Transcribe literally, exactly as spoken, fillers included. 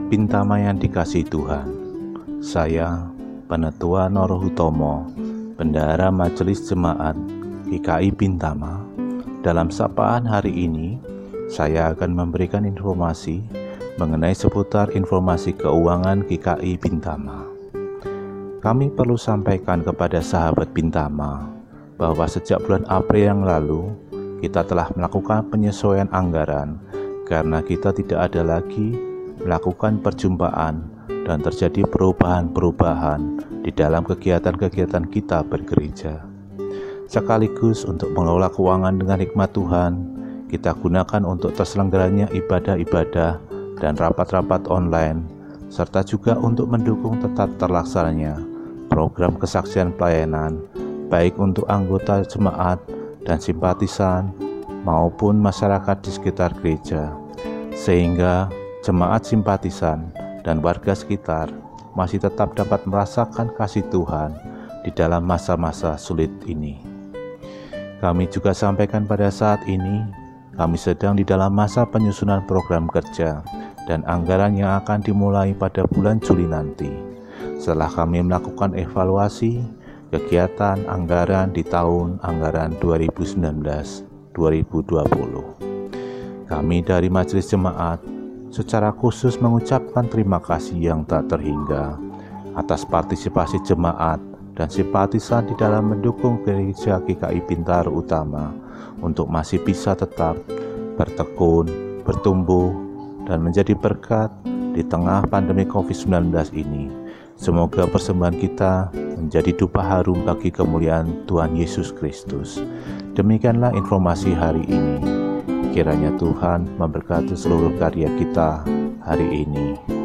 Sahabat Bintama yang dikasihi Tuhan, saya Penetua Noro Hutomo, Bendahara Majelis Jemaat G K I Bintama. Dalam sapaan hari ini, saya akan memberikan informasi mengenai seputar informasi keuangan G K I Bintama. Kami perlu sampaikan kepada sahabat Bintama bahwa sejak bulan April yang lalu, kita telah melakukan penyesuaian anggaran karena kita tidak ada lagi melakukan perjumpaan dan terjadi perubahan-perubahan di dalam kegiatan-kegiatan kita bergereja. Sekaligus untuk mengelola keuangan dengan hikmat Tuhan, kita gunakan untuk terselenggaranya ibadah-ibadah dan rapat-rapat online, serta juga untuk mendukung tetap terlaksananya program kesaksian pelayanan, baik untuk anggota jemaat dan simpatisan maupun masyarakat di sekitar gereja, sehingga jemaat simpatisan dan warga sekitar masih tetap dapat merasakan kasih Tuhan di dalam masa-masa sulit ini. Kami juga sampaikan pada saat ini, kami sedang di dalam masa penyusunan program kerja dan anggaran yang akan dimulai pada bulan Juli nanti. Setelah kami melakukan evaluasi kegiatan anggaran di tahun anggaran dua ribu sembilan belas dua ribu dua puluh. Kami dari Majelis Jemaat secara khusus mengucapkan terima kasih yang tak terhingga atas partisipasi jemaat dan simpatisan di dalam mendukung gereja G K I Bintaro Utama untuk masih bisa tetap bertekun, bertumbuh, dan menjadi berkat di tengah pandemi covid sembilan belas ini. Semoga persembahan kita menjadi dupa harum bagi kemuliaan Tuhan Yesus Kristus. Demikianlah informasi hari ini. Kiranya Tuhan memberkati seluruh karya kita hari ini.